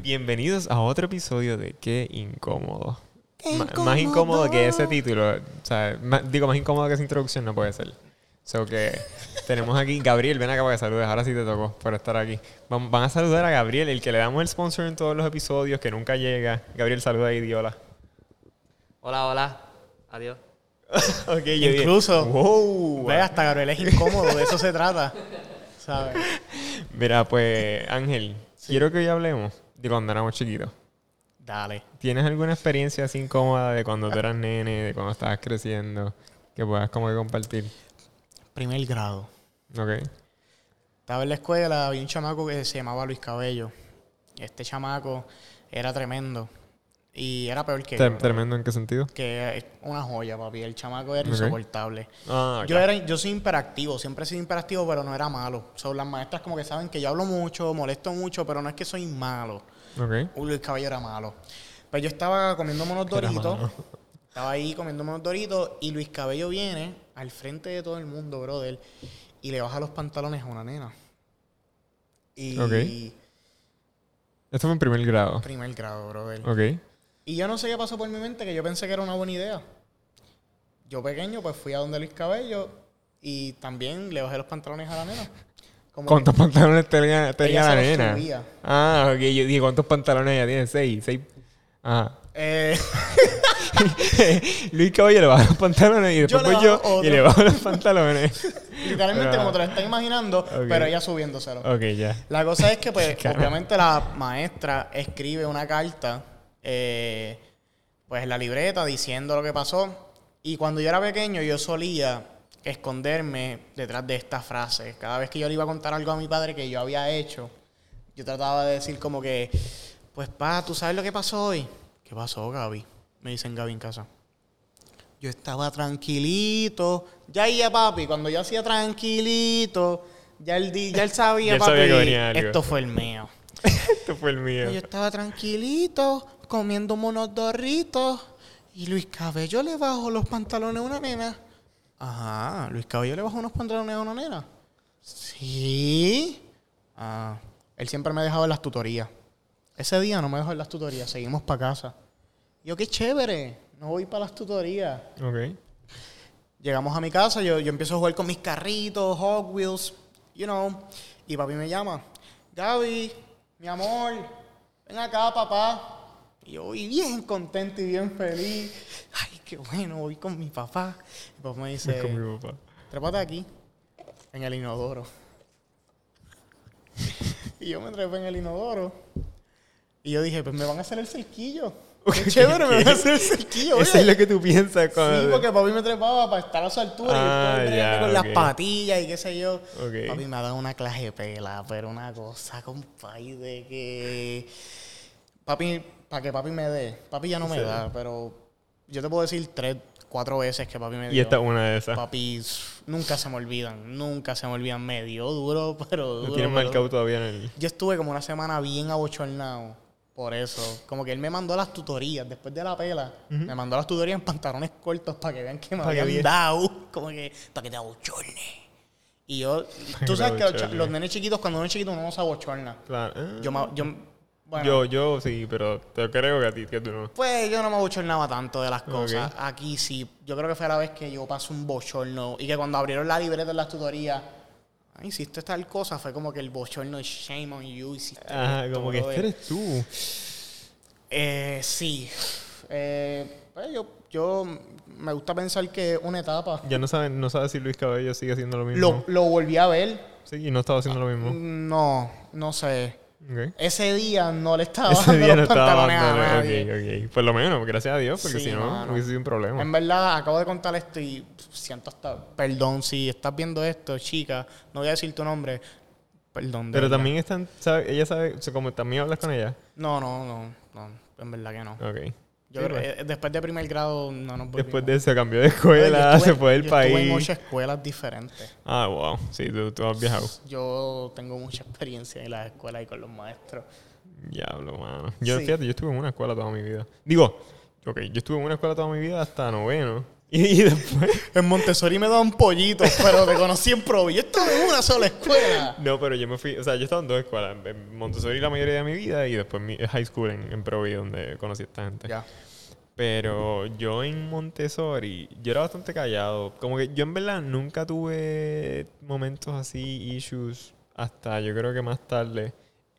Bienvenidos a otro episodio de Qué Incómodo. Qué incómodo. Más incómodo que ese título. O sea, más incómodo que esa introducción no puede ser. So que tenemos aquí Gabriel, ven acá para que saludes. Ahora sí te tocó por estar aquí. Van a saludar a Gabriel, el que le damos el sponsor en todos los episodios, que nunca llega. Gabriel, saluda ahí, di hola. Hola, hola. Adiós. Ok, Incluso, wow. ve, hasta Gabriel es incómodo, de eso se trata, ¿sabes? Mira, pues, Ángel, quiero que hoy hablemos de cuando éramos chiquitos. Dale. ¿Tienes alguna experiencia así incómoda de cuando tú eras nene, de cuando estabas creciendo, que puedas como que compartir? Primer grado. Ok. Estaba en la escuela, había un chamaco que se llamaba Luis Cabello. Este chamaco era tremendo. Y era peor que yo. ¿Tremendo en qué sentido? Que es una joya, papi. El chamaco era Ok. insoportable. Ah, Yo soy hiperactivo, siempre he sido hiperactivo, pero no era malo. Las maestras como que saben que yo hablo mucho, molesto mucho, pero no es que soy malo. Ok. Luis Cabello era malo. Pues yo estaba comiéndome unos Doritos. Estaba ahí comiéndome unos Doritos y Luis Cabello viene al frente de todo el mundo, brother, y le baja los pantalones a una nena. Y Ok. Esto fue en primer grado. primer grado, brother. Ok. Y yo no sé qué pasó por mi mente, que yo pensé que era una buena idea. Yo pequeño, pues fui a donde Luis Cabello y también le bajé los pantalones a la nena. Como ¿Cuántos pantalones tenía ella la se los nena? subía. Ah, ok. Yo dije, ¿cuántos pantalones ella tiene? Seis. Ajá. Luis Cabello le baja los pantalones y después Yo le voy yo bajo otro. y le bajo los pantalones. literalmente Pero- como te lo estás imaginando, Ok. pero ella subiéndoselo. Ok, ya. La cosa es que, pues, Cara. obviamente la maestra escribe una carta, pues, en la libreta diciendo lo que pasó. Y cuando yo era pequeño, yo solía esconderme detrás de esta frase. Cada vez que yo le iba a contar algo a mi padre que yo había hecho, yo trataba de decir como que, pues, pa, ¿tú sabes lo que pasó hoy? ¿Qué pasó, Gaby? Me dicen Gaby en casa. Yo estaba tranquilito. Ya iba, papi. Cuando yo hacía tranquilito, ya él sabía, Ya él papi, sabía que venía algo. esto fue el mío. Este fue el mío. Yo estaba tranquilito, comiendo unos Doritos, y Luis Cabello le bajó los pantalones a una nena. Ajá, Luis Cabello le bajó unos pantalones a una nena. Sí. Ah, él siempre me dejaba en las tutorías. Ese día no me dejó en las tutorías, seguimos para casa. Yo, qué chévere, no voy para las tutorías. Ok. Llegamos a mi casa, yo empiezo a jugar con mis carritos, Hot Wheels, y papi me llama. Gaby, mi amor, ven acá, papá. Y yo voy bien contento y bien feliz. Ay, qué bueno, voy con mi papá. Y papá me dice, Con mi papá. trépate aquí, en el inodoro. Y yo me trepé en el inodoro. Y yo dije, pues me van a hacer el cerquillo. Qué chévere, me van a hacer el cerquillo. Eso oye. es lo que tú piensas cuando... Sí, porque papi me trepaba para estar a su altura Ah, y después ya, con ok. las patillas y qué sé yo. Ok. Papi me ha dado una clase de pela, pero una cosa, compadre, de que... Papi, para que papi me dé. Papi ya no me Sí. da, pero yo te puedo decir 3, 4 veces que papi me dio. Y esta es una de esas. Papi, nunca se me olvidan. Me dio duro, pero Lo duro. tienes pero- marcado todavía en el... Yo estuve como una semana bien abochornado por eso. Como que él me mandó las tutorías después de la pela. Me mandó las tutorías en pantalones cortos para que vean que me Para que habían vean. dado. Como que, para que te abochorne. Y yo, que tú te sabes que abochorne. los nenes chiquitos, cuando uno es chiquito, uno no se abochorna. Claro. Bueno, Yo sí, pero te creo que a ti, que tú no. pues yo no me abochornaba tanto de las cosas. Aquí sí. Yo creo que fue la vez que yo pasé un bochorno. Y que cuando abrieron la libreta en las tutorías, hiciste tal cosa, fue como que el bochorno, shame on you, hiciste Ajá, esto, como que este brother. eres tú. Sí. Pues yo me gusta pensar que una etapa. Ya no sabes si Luis Cabello sigue haciendo lo mismo. Lo volví a ver. Sí, y no estaba haciendo lo mismo. No sé. Ok. Ese día no le estaba Ese bajando día no los estaba pantalones a dándole. nadie. Ok. Por lo menos, gracias a Dios, porque Sí, si no, mano. hubiese sido un problema. En verdad, acabo de contar esto y siento hasta... Perdón, si estás viendo esto, chica, no voy a decir tu nombre. Perdón. de Pero verdad. también ella sabe, o sea, como también hablas con ella. No, en verdad que no. Ok. Yo Sí, creo pues. que después de primer grado no nos volvimos. Después de eso cambió de escuela, Yo se fue del yo estuve en país. 8 escuelas diferentes. Ah, wow. Sí, tú has viajado. Yo tengo mucha experiencia en las escuelas y con los maestros. Diablo, mano. Yo, Sí. fíjate, yo estuve en una escuela toda mi vida. Digo, yo estuve en una escuela toda mi vida hasta noveno. Y después... En Montessori me daban pollitos, pero te conocí en Provi. Yo estaba en una sola escuela. No, pero yo me fui... O sea, yo estaba en dos escuelas. En Montessori la mayoría de mi vida y después mi high school en Provi, donde conocí a esta gente. Ya. Pero yo en Montessori, yo era bastante callado. Como que yo en verdad nunca tuve momentos así, issues, hasta yo creo que más tarde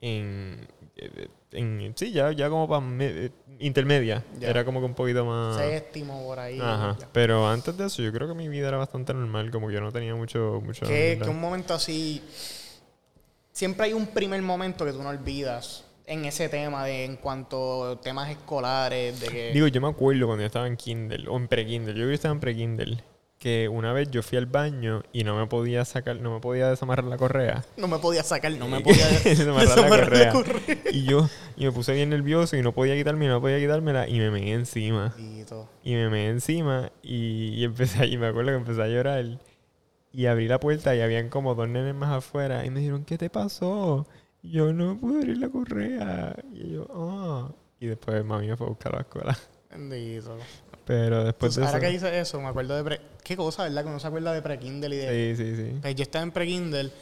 sí, ya como para intermedia. Ya. Era como que un poquito más... Séptimo, por ahí. Ajá. Ya. Pero antes de eso, yo creo que mi vida era bastante normal. Como que yo no tenía mucho Que un momento así... Siempre hay un primer momento que tú no olvidas en ese tema de en cuanto a temas escolares, de que... Digo, yo me acuerdo cuando yo estaba en Kindle o en pre-Kindle. Yo creo que estaba en pre-Kindle. Que una vez yo fui al baño y no me podía desamarrar la correa. No me podía sacar, no me podía desamarrar la correa. Y me puse bien nervioso y no podía quitármela y me meé encima. Y me meé encima y me acuerdo que empecé a llorar. Y abrí la puerta y habían como dos nenes más afuera. Y me dijeron, ¿qué te pasó? Y yo, no pude abrir la correa. Y yo, Y después mami me fue a buscar a la escuela. Bendito. Pero después de Ahora eso... que dices eso, me acuerdo de ¿Qué cosa, verdad? Que uno se acuerda de pre-Kindle y de... Sí. Pues yo estaba en pre-Kindle.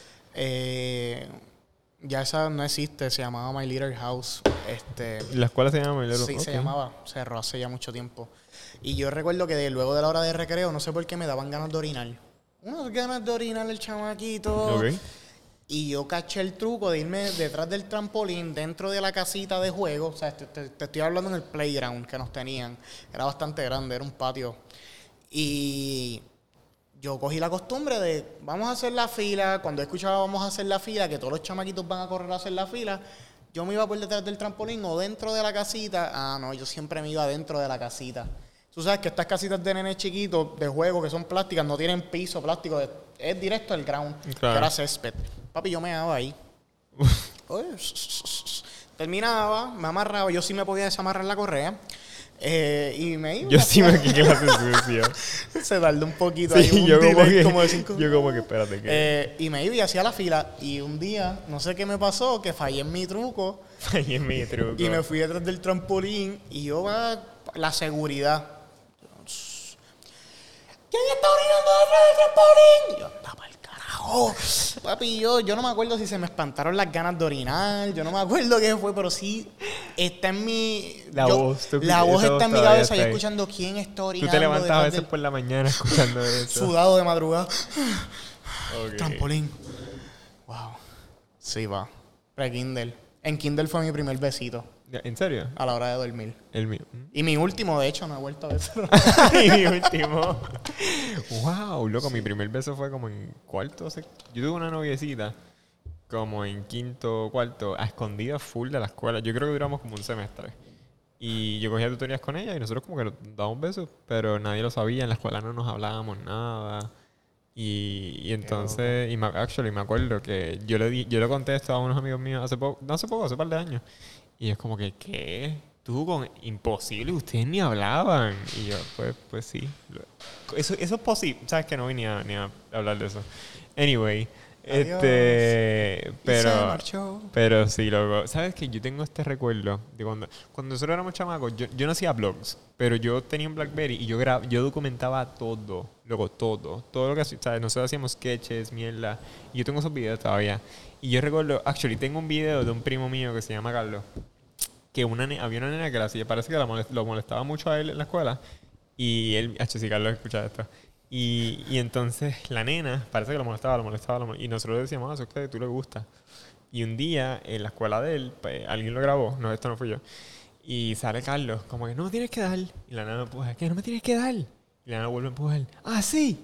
Ya esa no existe. Se llamaba My Little House. ¿La escuela se llama My Little? Sí, se llamaba. Cerró hace ya mucho tiempo. Y yo recuerdo que luego de la hora de recreo, no sé por qué, me daban ganas de orinar. Unas ganas de orinar el chamaquito. Ok. Y yo caché el truco de irme detrás del trampolín, dentro de la casita de juego. O sea, te estoy hablando en el playground que nos tenían. Era bastante grande, era un patio. Y yo cogí la costumbre de, vamos a hacer la fila. Cuando escuchaba vamos a hacer la fila, que todos los chamaquitos van a correr a hacer la fila, yo me iba por detrás del trampolín o dentro de la casita. No, yo siempre me iba dentro de la casita. Tú sabes que estas casitas de nenes chiquitos de juego que son plásticas, no tienen piso plástico, es directo al ground, claro. que era césped. Papi, yo me daba ahí. Terminaba, me amarraba, yo sí me podía desamarrar la correa. Y me iba. Yo sí me quedé clase sucia. Se tardó un poquito Sí, ahí, yo como que, como de 5 yo como que, espérate que... y me iba y hacía la fila. Y un día, no sé qué me pasó, que fallé en mi truco. Ahí es mi truco. Y me fui detrás del trampolín y yo la seguridad. ¿Quién está orinando detrás del trampolín? Y yo, anda pa'l carajo. Papi, yo no me acuerdo si se me espantaron las ganas de orinar. Yo no me acuerdo qué fue, pero sí está en mi... La voz está en mi cabeza. Yo ahí. escuchando quién está orinando. Tú te levantas a veces por la mañana escuchando eso. Sudado de madrugada. Okay. Trampolín. Wow. Sí, va. Pre-Kindle. En Kindle fue mi primer besito. ¿En serio? A la hora de dormir. El mío. Y mi último, de hecho, no he vuelto a besar. Y mi último. Wow, loco, mi primer beso fue como en cuarto. Yo tuve una noviecita como en quinto, cuarto, a escondidas full de la escuela. Yo creo que duramos como un semestre. Y yo cogía tutorías con ella y nosotros como que nos dábamos besos, pero nadie lo sabía. En la escuela no nos hablábamos nada. Y entonces, me acuerdo que yo le conté esto a unos amigos míos hace un par de años. Y es como que, ¿qué? Tú con imposible, ustedes ni hablaban. Y yo, pues sí. Eso es posible. Sabes que no vine ni a hablar de eso. Anyway, Adiós. pero sí, loco. ¿Sabes qué? Yo tengo este recuerdo de cuando nosotros éramos chamacos, yo no hacía blogs, pero yo tenía un BlackBerry y yo documentaba todo, loco, todo lo que hacía. ¿Sabes? Nosotros hacíamos sketches, mierda, y yo tengo esos videos todavía. Y yo recuerdo, tengo un video de un primo mío que se llama Carlos, que había una nena que la hacía, parece que lo molestaba mucho a él en la escuela, y él, sí, Carlos escucha esto. Y entonces la nena parece que lo molestaba, y nosotros le decíamos, eso es que a tú le gusta. Y un día en la escuela de él, pues, alguien lo grabó, no, esto no fui yo, y sale Carlos como que no me tienes que dar, y la nena me empuja, ¿qué? No me tienes que dar, y la nena vuelve a empujar, sí,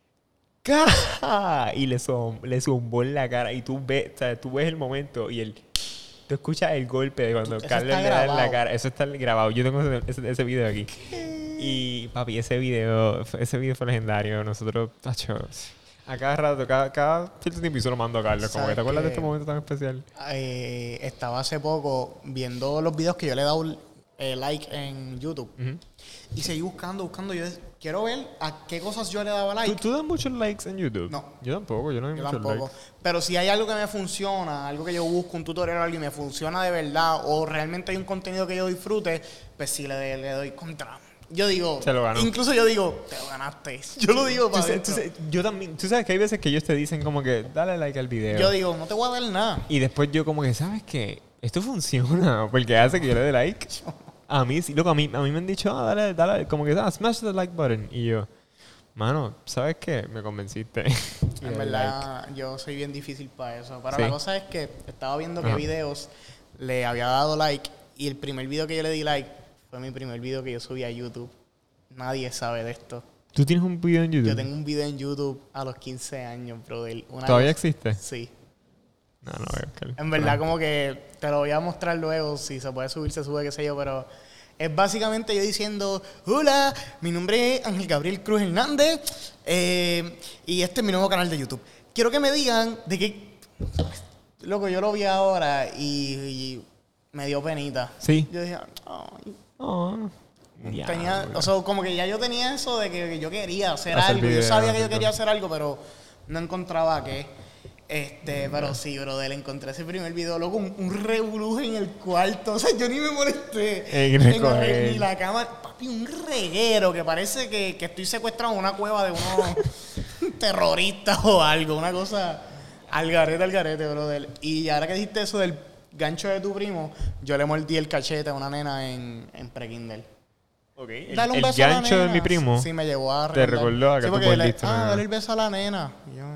¡ca! Y le zumbó en la cara, y tú ves el momento y tú escuchas el golpe de cuando Carlos le da en la cara. Eso está grabado. Yo tengo ese video aquí. Y papi, ese video fue legendario. Nosotros, a cada rato, cada cierto tiempo yo lo mando a Carlos. Como que, ¿te acuerdas de este momento tan especial? Estaba hace poco viendo los videos que yo le he dado like en YouTube. Uh-huh. Y seguí buscando. Yo quiero ver a qué cosas yo le daba like. ¿Tú das muchos likes en YouTube? No. Yo tampoco, yo no doy muchos likes. Pero si hay algo que me funciona, algo que yo busco, un tutorial o algo y me funciona de verdad, o realmente hay un contenido que yo disfrute, pues sí le doy contra. yo digo, Se lo ganó. incluso yo digo, te lo ganaste. Yo lo digo para adentro. Yo también, tú sabes que hay veces que ellos te dicen como que dale like al video. Yo digo, no te voy a dar nada. Y después yo como que, ¿sabes qué? Esto funciona porque hace que yo le dé like. A mí, sí, loco, a mí me han dicho, dale, como que, smash the like button. Y yo, mano, ¿sabes qué? Me convenciste. Y En le di verdad, yo soy bien difícil para eso. Pero Sí. la cosa es que estaba viendo qué Ajá. videos le había dado like. Y el primer video que yo le di like fue mi primer video que yo subí a YouTube. Nadie sabe de esto. like. ¿Tú tienes un video en YouTube? Yo tengo un video en YouTube a los 15 años, brother. ¿Todavía existe? Sí. No voy a buscar. En verdad, como que te lo voy a mostrar luego. Si se puede subir, se sube, qué sé yo. Pero es básicamente yo diciendo: hola, mi nombre es Ángel Gabriel Cruz Hernández. Y este es mi nuevo canal de YouTube. Quiero que me digan de qué. Loco, yo lo vi ahora y me dio penita. Sí. Yo dije: ay. Oh, O sea, como que ya yo tenía eso de que yo quería hacer Hacer algo. Yo videos, sabía que yo hacer quería cosas. hacer algo, pero no encontraba qué. Pero sí, brother, encontré ese primer video, loco, un revolú en el cuarto. O sea, yo ni me molesté En recoger. ni la cámara. Papi, un reguero que parece que estoy secuestrado en una cueva de unos terroristas o algo. Una cosa al garete, brother. Y ahora que dijiste eso del gancho de tu primo, yo le mordí el cachete a una nena en pre-kinder. Okay. Dale un El beso a la gancho de nena. mi primo Sí, me llevó a te recordar. recordó a que Sí, tú porque mordiste una nena. dale el beso a la nena. Y yo,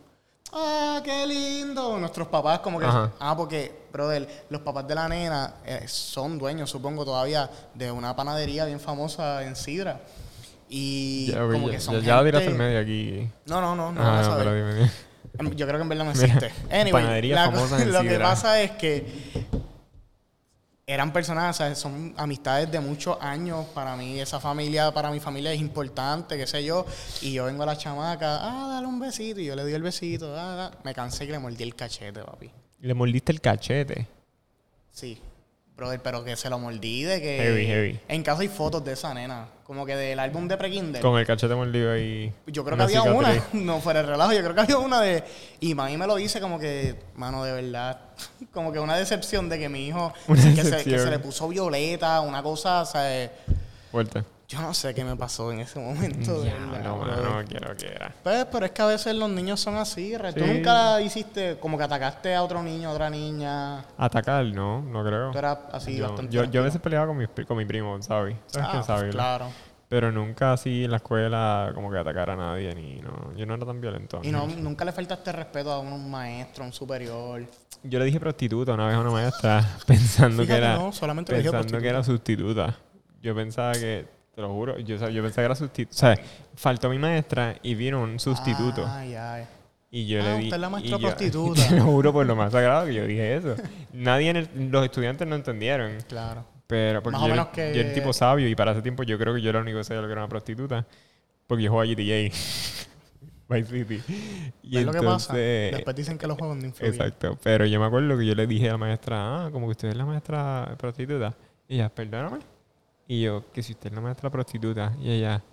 qué lindo. Nuestros papás como que... Ajá. Porque, brother, los papás de la nena son dueños, supongo, todavía de una panadería bien famosa en Sidra. Y Ya, como ya, que son ya la tiraste gente- en medio aquí. No vas a No, saber. pero dime. Yo creo que en verdad no Mira, existe. Anyway, panadería famosa en lo que Sidra. pasa es que eran personas, o sea, son amistades de muchos años. Para mí, para mi familia es importante, qué sé yo. Y yo vengo a la chamaca, dale un besito. Y yo le doy el besito. Me cansé que le mordí el cachete, papi. Le mordiste el cachete. Sí, brother, pero que se lo mordí de que... Heavy. En casa hay fotos de esa nena, como que del álbum de Pre-Kinder. Con el cachete mordido ahí. Yo creo que había cicatriz. una, no fuera el relajo, yo creo que había una de... Y mami me lo dice como que, mano, de verdad, como que una decepción de que mi hijo, Una que decepción. se le puso violeta, una cosa, o sea, Fuerte. yo no sé qué me pasó en ese momento. de verdad, No, brother. no quiero que era. Pues, pero es que a veces los niños son así, ¿re? Tú Sí. nunca hiciste como que atacaste a otro niño, a otra niña. Atacar, no creo. Tú eras así No, bastante... yo a tranquilo. veces peleaba con mi primo, ¿sabes? ¿Sabes quién sabe? Claro. Pero nunca así en la escuela como que atacar a nadie ni no. Yo no era tan violento. Y no, nunca le faltaste respeto a un maestro, a un superior. Yo le dije prostituta una vez a una maestra pensando Fíjate, que era no, solamente le dije pensando que prostituta. era sustituta. Yo pensaba que, te lo juro, yo pensaba que era sustituta. O sea, faltó mi maestra y vino un sustituto. Ay. Y yo le di. usted es la maestra y yo- prostituta. Te lo juro por lo más sagrado que yo dije eso. Nadie los estudiantes no entendieron. Claro. Pero porque Más o yo, menos que- yo era tipo sabio y para ese tiempo yo creo que yo era el único que sabía lo que era una prostituta. Porque yo jugaba GTA. Vice City. Y ¿Ves lo que pasa? entonces- Después dicen que los juegos no influyen. Exacto. Pero yo me acuerdo que yo le dije a la maestra, como que usted es la maestra prostituta. Y ella, perdóname. Y yo, que si usted es la maestra prostituta. Y ella,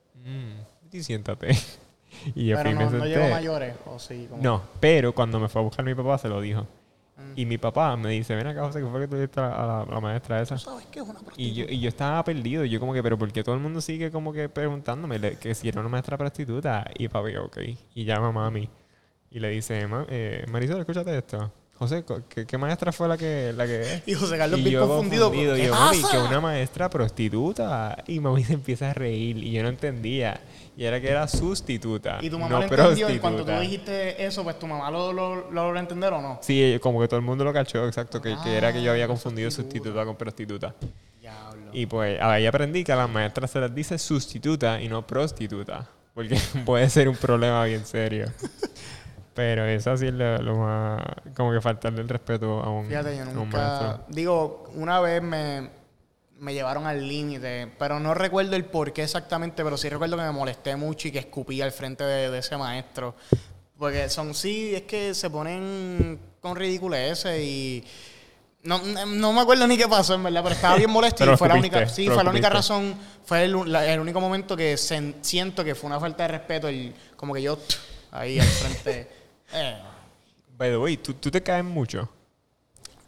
y siéntate. Y yo Pero fui y me no senté. llegó a mayores, o sí. Como... No, pero cuando me fue a buscar mi papá se lo dijo. Mm. Y mi papá me dice, ven acá, José, que fue que tú diste a la maestra esa. ¿Tú sabes qué es una prostituta? Y yo estaba perdido. Yo como que, pero ¿por qué todo el mundo sigue como que preguntándome que si era una maestra prostituta? Y papi, ok. Y llama a mami. Y le dice, Marisol, escúchate esto. José, ¿qué maestra fue la que Y José Carlos y bien yo confundido. confundido. ¿Qué Y yo, mami, pasa? que una maestra prostituta. Y mami se empieza a reír. Y yo no entendía. Y era que era sustituta. Y tu mamá no lo entendió. Y prostituta. cuando tú dijiste eso, pues tu mamá lo logró entender o no. Sí, como que todo el mundo lo cachó, exacto. Que era que yo había confundido sustituta. sustituta con prostituta. Diablo. Y pues ahí aprendí que a las maestras se les dice sustituta y no prostituta. Porque puede ser un problema bien serio. Pero eso sí es lo más... Como que faltarle el respeto a un, Fíjate, yo a un nunca... maestro. Digo, una vez me llevaron al límite, pero no recuerdo el por qué exactamente, pero sí recuerdo que me molesté mucho y que escupí al frente de ese maestro. Porque es que se ponen con ridiculeces y... No me acuerdo ni qué pasó, en verdad, pero estaba bien molesto Pero y fue la escupiste, única... Sí, pero fue la única escupiste. razón, fue el único momento que siento que fue una falta de respeto, como que yo ahí al frente... By the way, ¿tú te caes mucho?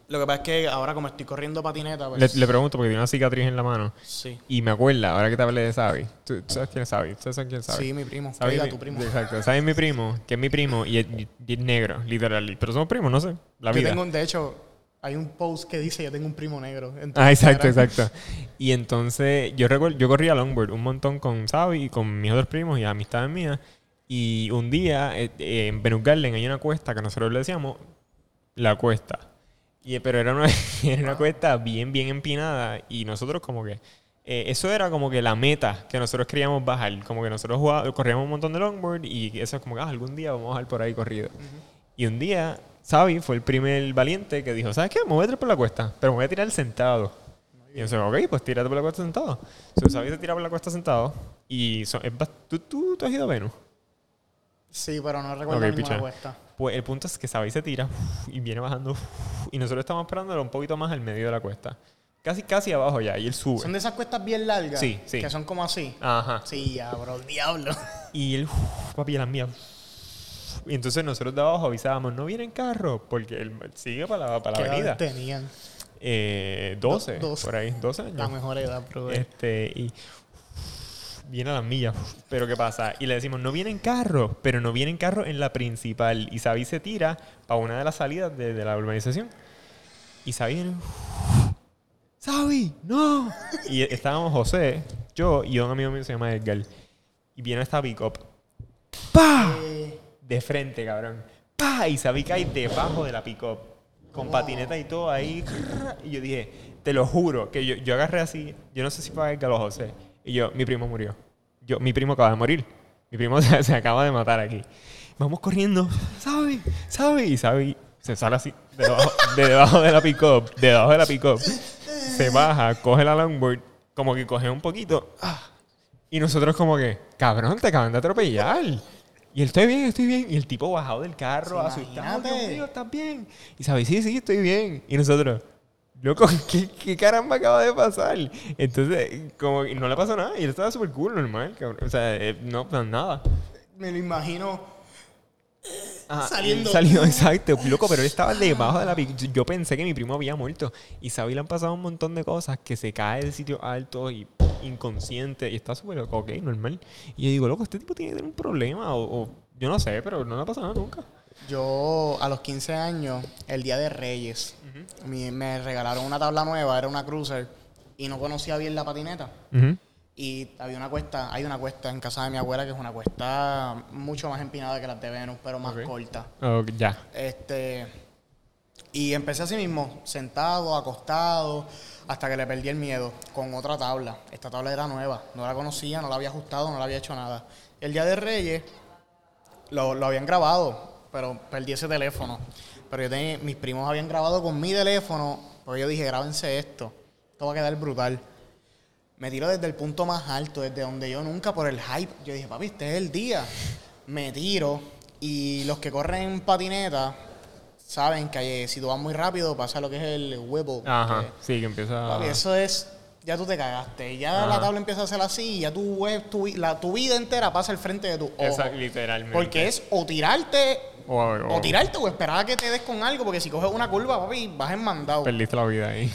Lo que pasa es que ahora como estoy corriendo patineta, pues... Le pregunto porque tiene una cicatriz en la mano. Sí. Y me acuerda, ahora que te hablé de Sabi. ¿Tú sabes quién es Sabi? ¿Ustedes saben quién es Sabi? Sí, mi primo. Sabi Oiga, es tu primo. Exacto. Sabi es mi primo, que es mi primo y es negro, literal. Pero somos primos, no sé. La Yo vida. tengo, de hecho, hay un post que dice yo tengo un primo negro. en tu Exacto, Instagram. exacto. Y entonces, yo recuerdo, yo corría longboard un montón con Sabi y con mis otros primos y amistades mías. Y un día, en Venus Garden hay una cuesta que nosotros le decíamos la cuesta. Pero era era una cuesta bien, bien empinada. Y nosotros como que... eso era como que la meta que nosotros queríamos bajar. Como que nosotros corríamos un montón de longboard y eso es como que algún día vamos a bajar por ahí corrido. Y un día, Xavi fue el primer valiente que dijo, ¿sabes qué? Me voy a tirar por la cuesta, pero me voy a tirar sentado. Y yo decía, ok, pues tírate por la cuesta sentado. Entonces Xavi se tira por la cuesta sentado y ¿tú has ido a Venus? Sí, pero no recuerdo Ok, ninguna picha. cuesta. Pues el punto es que Xavi se tira y viene bajando y nosotros estamos esperándolo un poquito más al medio de la cuesta. Casi abajo ya, y él sube. ¿Son de esas cuestas bien largas? Sí, sí. Que son como así. Ajá. Sí, ya, bro, diablo. Y él, papi, las mías. Y entonces nosotros de abajo avisábamos, no viene en carro, porque él sigue para la ¿Qué edad avenida. tenían? 12, 12. por ahí, 12 años. La mejor edad, bro. Y viene a las millas. Pero ¿qué pasa? Y le decimos, no viene en carro, pero no viene en carro en la principal. Y Xavi se tira para una de las salidas de la urbanización. Y Xavi viene, ¡Xavi, no! Y estábamos José, yo y un amigo mío que se llama Edgar. Y viene esta pick-up. ¡Pah! De frente, cabrón. ¡Pah! Y Xavi cae debajo de la pick-up. Con patineta y todo ahí. Y yo dije, te lo juro, que yo agarré así. Yo no sé si fue Edgar o José. Y yo, mi primo murió. Mi primo acaba de morir. Mi primo se acaba de matar aquí. Vamos corriendo. ¡Xavi! ¡Xavi! Y Xavi se sale así de debajo de la pick-up. Debajo de la pick-up. Se baja, coge la longboard. Como que coge un poquito. Y nosotros como que, cabrón, te acaban de atropellar. Y él, estoy bien. Y el tipo bajado del carro, Sí, asustado. imagínate. Dios mío, ¿estás bien? Y sabe, sí, estoy bien. Y nosotros, loco, ¿qué caramba acaba de pasar? Entonces, como que no le pasó nada. Y él estaba súper cool, normal, cabrón. O sea, no, nada. Me lo imagino Saliendo. saliendo. Exacto, loco, pero él estaba debajo de la pick. Yo pensé que mi primo había muerto. Y Xavi le han pasado un montón de cosas, que se cae de sitios altos y inconsciente. Y está súper loco, ok, normal. Y yo digo, loco, este tipo tiene que tener un problema. O yo no sé, pero no le ha pasado nada nunca. Yo, a los 15 años, el día de Reyes, me regalaron una tabla nueva, era una cruiser, y no conocía bien la patineta. Y hay una cuesta en casa de mi abuela que es una cuesta mucho más empinada que las de Venus, pero más corta. Ya. Y empecé así mismo, sentado, acostado, hasta que le perdí el miedo, con otra tabla. Esta tabla era nueva, no la conocía, no la había ajustado, no la había hecho nada. El día de Reyes lo habían grabado, pero perdí ese teléfono. Pero mis primos habían grabado con mi teléfono, porque yo dije, grábense esto va a quedar brutal. Me tiro desde el punto más alto, desde donde yo nunca, por el hype. Yo dije, papi, este es el día. Me tiro y los que corren en patineta saben que si tú vas muy rápido pasa lo que es el wibble. Ajá, sí, que empieza... Papi, eso es... Ya tú te cagaste. Ya la tabla empieza a hacer así y ya tú ves tu vida entera pasa al frente de tu ojo. Exacto, literalmente. Porque es o tirarte... O tirarte o esperar a que te des con algo. Porque si coges una curva, papi, vas enmandado. Perdiste la vida ahí.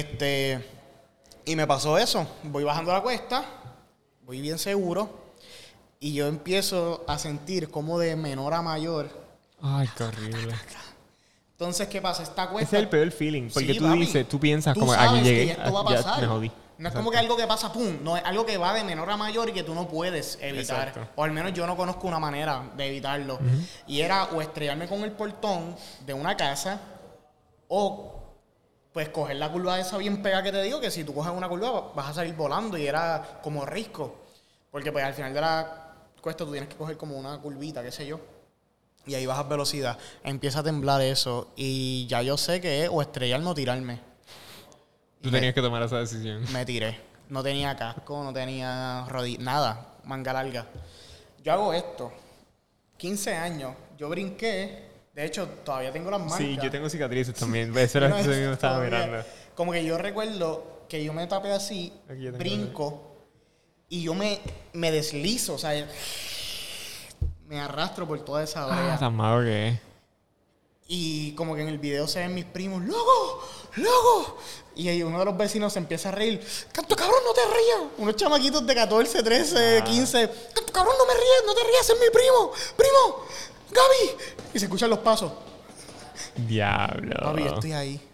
Y me pasó eso. Voy bajando la cuesta, voy bien seguro, y yo empiezo a sentir como de menor a mayor. Ay, qué horrible. Entonces, ¿qué pasa? Esta cuesta... Ese es el peor feeling. Porque Sí, tú papi. tú piensas Tú como, sabes aquí que llegué, ya esto va a ya pasar. me jodí. No es como que algo que pasa, pum. No, es algo que va de menor a mayor y que tú no puedes evitar. Exacto. O al menos yo no conozco una manera de evitarlo. Y era o estrellarme con el portón de una casa o pues coger la curva esa bien pegada que te digo, que si tú coges una curva vas a salir volando y era como risco. Porque pues al final de la cuesta tú tienes que coger como una curvita, qué sé yo. Y ahí bajas velocidad. Empieza a temblar eso y ya yo sé que es o estrellarme o tirarme. Tú tenías que tomar esa decisión. Me tiré. No tenía casco, no tenía nada, manga larga. Yo hago esto. 15 años. Yo brinqué. De hecho, todavía tengo las marcas. Sí, yo tengo cicatrices también. Eso era eso mismo estaba Todavía. mirando. Como que yo recuerdo que yo me tapé así, Aquí yo tengo brinco, y yo me deslizo, o sea, me arrastro por toda esa brea. Tan malo que es. Y como que en el video se ven mis primos, ¡loco! ¡Loco! Y ahí uno de los vecinos se empieza a reír. ¡Canto cabrón, no te rías! Unos chamaquitos de 14, 13, 15. ¡Canto cabrón, no me rías! ¡No te rías! ¡Es mi primo! ¡Primo! ¡Gaby! Y se escuchan los pasos. Diablo. Papi, yo estoy ahí.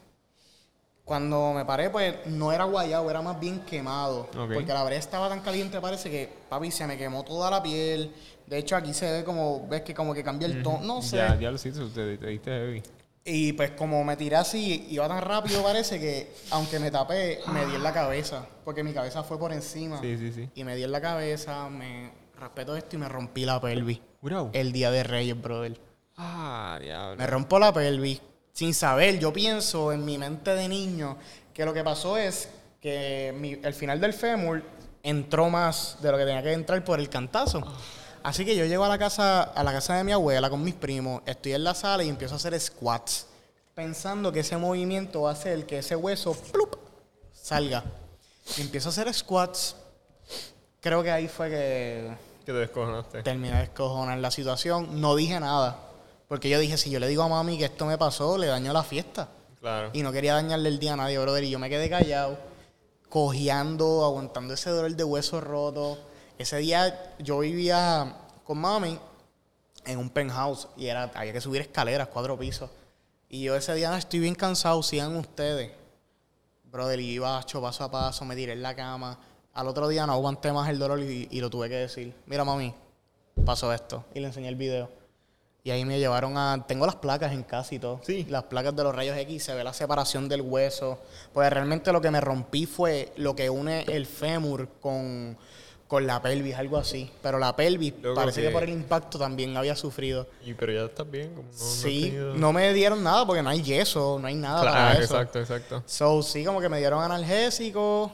Cuando me paré, pues no era guayado, era más bien quemado. Ok. Porque la brea estaba tan caliente, parece que, papi, se me quemó toda la piel. De hecho, aquí se ve como, ves que como que cambia el tono. No sé. Ya lo siento, te diste heavy. Y pues como me tiré así, iba tan rápido parece que, aunque me tapé, me di en la cabeza. Porque mi cabeza fue por encima. Sí. Y me di en la cabeza, me raspé todo esto y me rompí la pelvis. Bro. El día de Reyes, brother. Diablo. Me rompo la pelvis. Sin saber, yo pienso en mi mente de niño que lo que pasó es que el final del fémur entró más de lo que tenía que entrar por el cantazo. Así que yo llego a la casa de mi abuela con mis primos, estoy en la sala y empiezo a hacer squats, pensando que ese movimiento va a hacer que ese hueso ¡plup! Salga. Y empiezo a hacer squats. Creo que ahí fue que Que te descojonaste. terminé de descojonar la situación. No dije nada, porque yo dije, si yo le digo a mami que esto me pasó, le daño la fiesta. Claro. Y no quería dañarle el día a nadie, brother. Y yo me quedé callado, cojeando, aguantando ese dolor de hueso roto. Ese día yo vivía con mami en un penthouse y había que subir escaleras, 4 pisos. Y yo ese día estoy bien cansado, sigan ustedes. Brother, y iba paso a paso, me tiré en la cama. Al otro día no aguanté más el dolor y lo tuve que decir. Mira, mami, pasó esto. Y le enseñé el video. Y ahí me llevaron tengo las placas en casa y todo. Sí. Las placas de los rayos X, se ve la separación del hueso. Pues realmente lo que me rompí fue lo que une el fémur con la pelvis, algo así. Pero la pelvis, Loco, parece que que por el impacto también había sufrido. Pero ya estás bien. Como no Sí, has tenido- no me dieron nada porque no hay yeso, no hay nada para Claro, eso. exacto. So, sí, como que me dieron analgésicos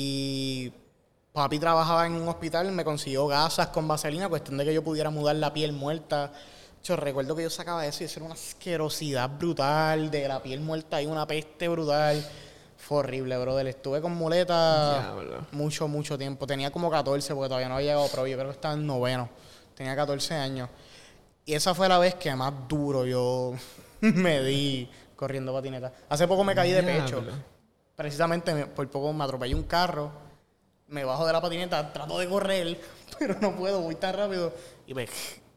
y papi trabajaba en un hospital, me consiguió gasas con vaselina, cuestión de que yo pudiera mudar la piel muerta. Yo recuerdo que yo sacaba eso y eso era una asquerosidad brutal, de la piel muerta y una peste brutal. Fue horrible, brother. Estuve con muleta Diablo. mucho tiempo. Tenía como 14 porque todavía no había llegado pro. Yo creo que estaba en noveno. Tenía 14 años. Y esa fue la vez que más duro yo me di corriendo patineta. Hace poco me caí de pecho. Diablo. Precisamente por poco me atropellé un carro. Me bajo de la patineta, trato de correr, pero no puedo, voy tan rápido. Y me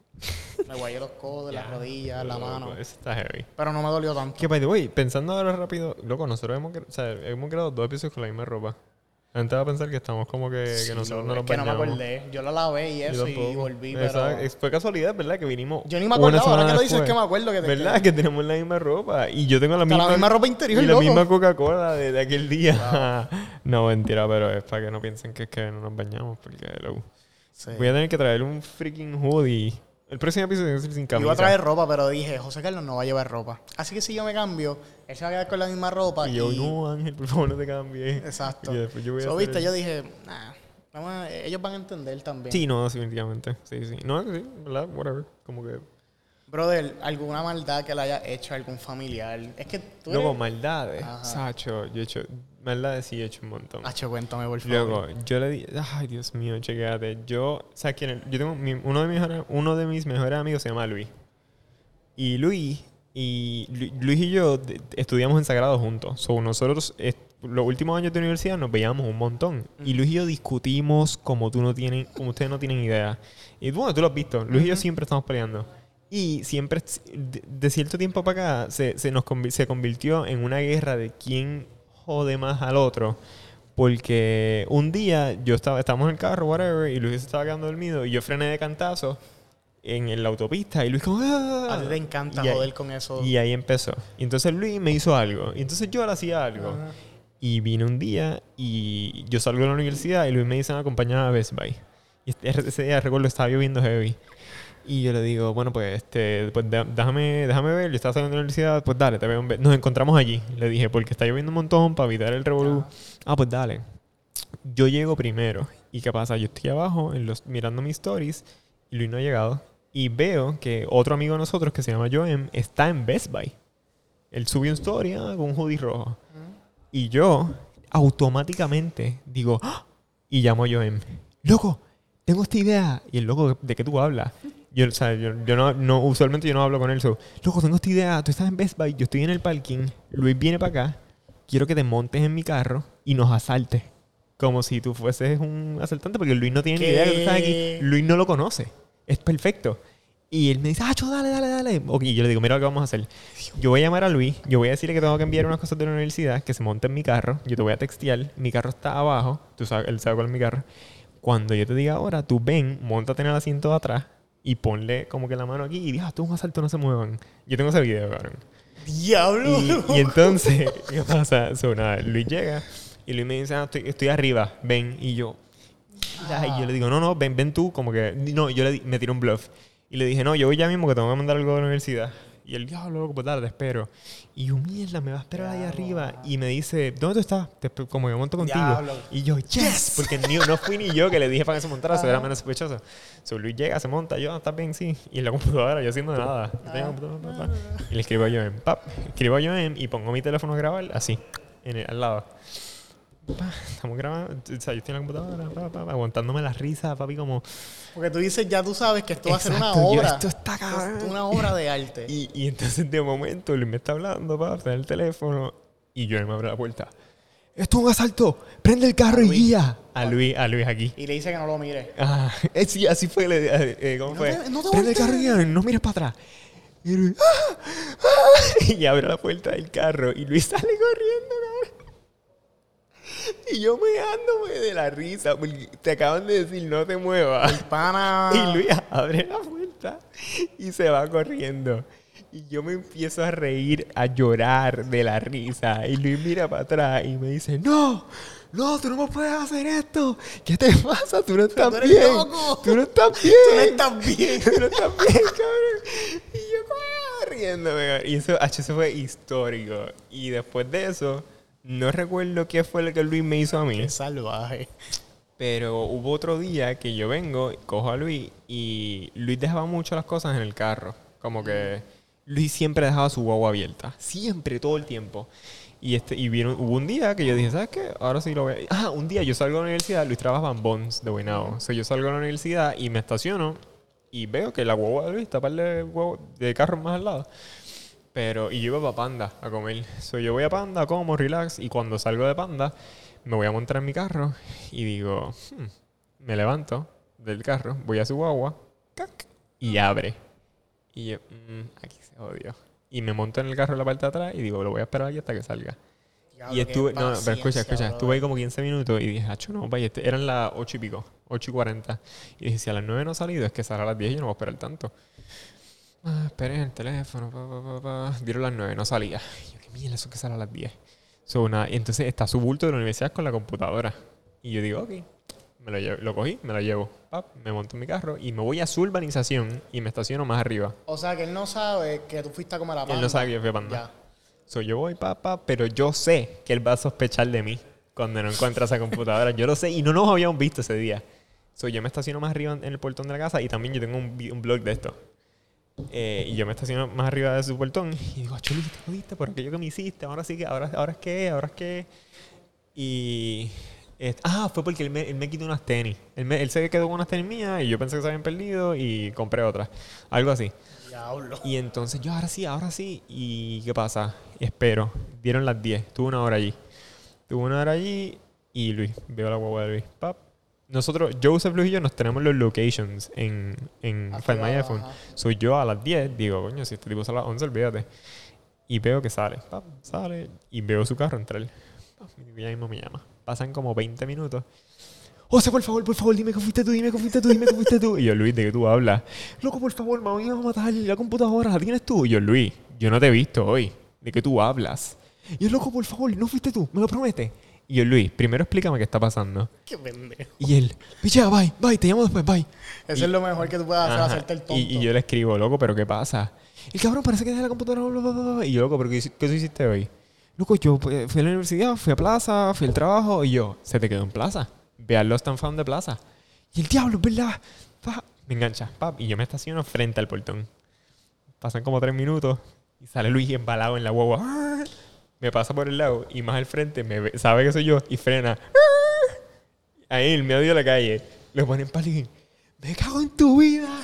guayé los codos, las rodillas, la Loco, mano. Eso está heavy. Pero no me dolió tanto. Que, by the way, pensando ahora rápido, loco, nosotros hemos creado 2 episodios con la misma ropa. Antes va a pensar que estamos como que Sí, nosotros loco, no nos es que no me bañamos. acordé. Yo la lavé y Yo eso y tampoco. volví, Exacto. pero... Fue casualidad, ¿verdad? Que vinimos. Yo ni me una acordaba, ahora semana que lo dices después. que me acuerdo que te ¿Verdad? Que tenemos la misma ropa. Y yo tengo la Hasta la misma ropa interior, y la loco. misma Coca-Cola de aquel día. No, mentira, pero es para que no piensen que es que no nos bañamos. Porque luego Sí. voy a tener que traer un freaking hoodie. El próximo episodio tiene que ser sin Yo camisa. iba a traer ropa, pero dije, José Carlos no va a llevar ropa. Así que si yo me cambio, él se va a quedar con la misma ropa. Y yo, no, Ángel, por favor, no te cambies. Exacto. Y después yo voy a So, hacer viste, el- yo dije, ellos van a entender también. Sí, no, definitivamente. Sí. No, sí, ¿verdad? Whatever. Como que... Brother, alguna maldad que le haya hecho a algún familiar. Es que tú Luego, eres... maldades. Ajá. Sacho, yo he hecho... Maldades sí he hecho un montón. Hacho, cuéntame, por favor. Luego, yo le di... Ay, Dios mío, chequéate. ¿Sabes quién es? Yo tengo... uno de mis mejores amigos se llama Luis. Y Luis y yo estudiamos en Sagrado juntos. So, nosotros, los últimos años de universidad nos veíamos un montón. Y Luis y yo discutimos como ustedes no tienen idea. Y bueno, tú lo has visto. Luis y yo siempre estamos peleando. Y siempre, de cierto tiempo para acá, se convirtió en una guerra de quién jode más al otro. Porque un día estábamos en el carro, whatever, y Luis se estaba quedando dormido y yo frené de cantazo en la autopista y Luis como... ¡ah! A ti te encanta Y ahí- joder con eso. Y ahí empezó. Y entonces Luis me hizo algo. Y entonces yo le hacía algo. Ajá. Y vine un día y yo salgo de la universidad y Luis me dice acompañar a Best Buy. Y ese día recuerdo estaba lloviendo heavy. Y yo le digo, bueno, pues, déjame ver, yo estaba saliendo de la universidad, pues dale, te veo nos encontramos allí. Le dije, porque está lloviendo un montón para evitar el revolú. Pues dale. Yo llego primero. ¿Y qué pasa? Yo estoy abajo mirando mis stories y Luis no ha llegado. Y veo que otro amigo de nosotros que se llama Joem está en Best Buy. Él subió un story con un hoodie rojo. Y yo automáticamente digo, ¡ah! Y llamo a Joem. Loco, tengo esta idea. Y el loco, ¿de qué tú hablas? Yo, o sea, yo no, usualmente yo no hablo con él. Loco, tengo esta idea. Tú estás en Best Buy, yo estoy en el parking. Luis viene para acá. Quiero que te montes en mi carro y nos asaltes. Como si tú fueses un asaltante, porque Luis no tiene ni idea que tú estás aquí. Luis no lo conoce. Es perfecto. Y él me dice, ¡Acho, dale! Ok, y yo le digo, mira lo que vamos a hacer. Yo voy a llamar a Luis, yo voy a decirle que tengo que enviar unas cosas de la universidad, que se monte en mi carro. Yo te voy a textear. Mi carro está abajo. Tú sabes, él sabe cuál es mi carro. Cuando yo te diga ahora, tú ven, móntate en el asiento de atrás y ponle como que la mano aquí y diga, tú un asalto, no se muevan. Yo tengo ese video, cabrón. ¡Diablo! Y entonces, ¿qué pasa? Nada, Luis llega y Luis me dice, estoy arriba, ven. Y yo, y yo le digo, no, ven tú. Como que, no, me tiré un bluff. Y le dije, no, yo voy ya mismo que tengo que mandar algo de la universidad. Y él, diablo, loco, pues dale, te espero. Y yo, mierda, me va a esperar ahí arriba. Y me dice, ¿dónde tú estás? Como yo monto contigo. Diablo. Y yo, yes. Porque no fui ni yo que le dije para que se montara, se era menos sospechoso. Luis llega, se monta, yo, ¿estás bien? Sí. Y en la computadora, yo haciendo nada. Y le escribo a Joem, escribo a Joem y pongo mi teléfono a grabar así, al lado. Estamos grabando, o sea, yo estoy en la computadora, aguantándome la risa, papi, como... Porque tú dices, ya tú sabes que esto va a ser una Exacto, obra. esto está cabrón. Esto es una obra de arte. Y entonces, de momento, Luis me está hablando, está en el teléfono, y yo me abro la puerta. ¡Esto es un asalto! ¡Prende el carro y guía! A Luis aquí. Y le dice que no lo mire. Sí, así fue. ¿Cómo fue? No te Prende el carro y guía, no mires para atrás. Y Luis... y abre la puerta del carro, y Luis sale corriendo, cabrón. Y yo meándome de la risa, porque te acaban de decir no te muevas. El pana. Y Luis abre la puerta y se va corriendo. Y yo me empiezo a reír, a llorar de la risa. Y Luis mira para atrás y me dice, no, tú no me puedes hacer esto. ¿Qué te pasa? Tú no estás tú eres bien. loco. Tú no estás bien. Tú no estás bien. Tú no estás bien, cabrón. Y yo riéndome. Y eso fue histórico. Y después de eso... No recuerdo qué fue lo que Luis me hizo a mí. Qué salvaje. Pero hubo otro día que yo vengo, cojo a Luis y Luis dejaba mucho las cosas en el carro. Como que Luis siempre dejaba su guagua abierta. Siempre, todo el tiempo. Hubo un día que yo dije, ¿sabes qué? Ahora sí lo voy a... un día yo salgo de la universidad, Luis trabaja en Bonds de Guaynabo. O sea, yo salgo de la universidad y me estaciono y veo que la guagua de Luis está par de carros más al lado. Y yo iba para Panda a comer. Yo voy a Panda, como, relax. Y cuando salgo de Panda, me voy a montar en mi carro. Y digo, me levanto del carro, voy a su guagua, y abre. Y yo, aquí se jodió. Y me monto en el carro en la parte de atrás y digo, lo voy a esperar aquí hasta que salga. Diablo, Y estuve, qué no, pero escucha, paciencia, estuve ahí como 15 minutos y dije, no, vaya, eran las 8 y pico, 8:40. Y dije, si a las 9 no ha salido, es que sale a las 10 y yo no voy a esperar tanto. Esperé en el teléfono, dieron las 9, no salía. Y yo, qué mierda, eso que sale a las 10. Y entonces está su bulto de la universidad con la computadora. Y yo digo, ok, lo cogí, me lo llevo. Me monto en mi carro y me voy a su urbanización y me estaciono más arriba. O sea, que él no sabe que tú fuiste a comer a Panda. Él no sabe que yo fui a Panda. Ya. Yo voy, pero yo sé que él va a sospechar de mí cuando no encuentra esa computadora. Yo lo sé y no nos habíamos visto ese día. Yo me estaciono más arriba en el portón de la casa y también yo tengo un blog de esto. Y yo me estaciono más arriba de su portón y digo, Chuli, te jodiste por aquello que me hiciste. Ahora sí que, ahora es que. Y. Fue porque él me quitó unas tenis. Él se quedó con unas tenis mías y yo pensé que se habían perdido y compré otras. Algo así. Diablo. Y entonces yo, ahora sí. ¿Y qué pasa? Espero. Dieron las 10. Tuve una hora allí y Luis. Veo la guagua de Luis. Nosotros, Joseph, Luis y yo, nos tenemos los locations en Find My iPhone. Soy yo a las 10, digo, coño, si este tipo sale a las 11, olvídate. Y veo que sale. Sale y veo su carro entrar. Y ya mismo me llama. Pasan como 20 minutos. José, por favor, dime que fuiste tú. Y yo, Luis, ¿de qué tú hablas? Loco, por favor, me voy a matar la computadora. ¿La tienes tú? Y yo, Luis, yo no te he visto hoy. ¿De qué tú hablas? Y yo, loco, por favor, no fuiste tú. ¿Me lo prometes? Y yo, Luis, primero explícame qué está pasando. Qué pendejo. Y él, pichea, bye, te llamo después, bye. Eso es lo mejor que tú puedes hacer, hacerte el tonto. Y yo le escribo, loco, ¿pero qué pasa? El cabrón parece que deja la computadora, bla, bla, bla. Y yo, loco, ¿pero qué tú hiciste hoy? Loco, yo fui a la universidad, fui a plaza, fui al trabajo. Y yo, se te quedó en plaza. Ve al Lost and Found de plaza. Y el diablo, ¿verdad? Me engancha, y yo me estaciono frente al portón. Pasan como 3 minutos y sale Luis embalado en la guagua. Me pasa por el lado y más al frente sabe que soy yo y frena. Ahí en el medio de la calle. Le ponen palín. Me cago en tu vida.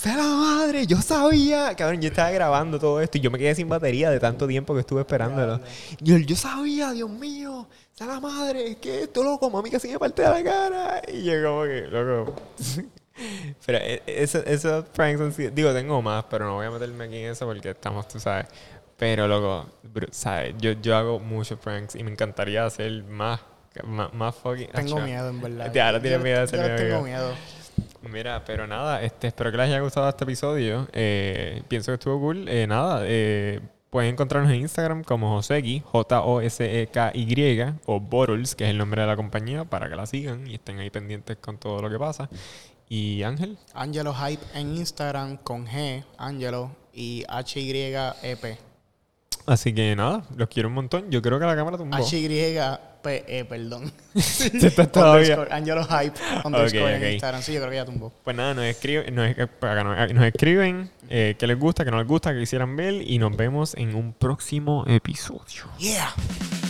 ¡sea la madre! ¡Yo sabía! Cabrón, yo estaba grabando todo esto y yo me quedé sin batería de tanto tiempo que estuve esperándolo. Yo sabía, Dios mío, ¡sea la madre! ¿Qué esto, loco? Mami casi me parte de la cara. Y yo como que, loco... Pero esos pranks han sido... Digo, tengo más, pero no voy a meterme aquí en eso porque estamos, tú sabes... Pero, loco, ¿sabes? Yo hago muchos pranks y me encantaría hacer más fucking... Tengo miedo, en verdad. Ahora tienes miedo de hacer yo tengo miedo. Mira, pero nada, espero que les haya gustado este episodio. Pienso que estuvo cool. Pueden encontrarnos en Instagram como Joseki, Joseky, o Bottles, que es el nombre de la compañía, para que la sigan y estén ahí pendientes con todo lo que pasa. Y Ángel. Angelo Hype en Instagram con G, Angelo, y HYEP. Así que nada, los quiero un montón. Yo creo que la cámara tumbó. HYPE, perdón. Todavía. Angelo Hype underscore en Ok. Instagram. Sí, yo creo que ya tumbó. Pues nada, nos escriben qué les gusta, qué no les gusta, qué quisieran ver y nos vemos en un próximo episodio. Yeah.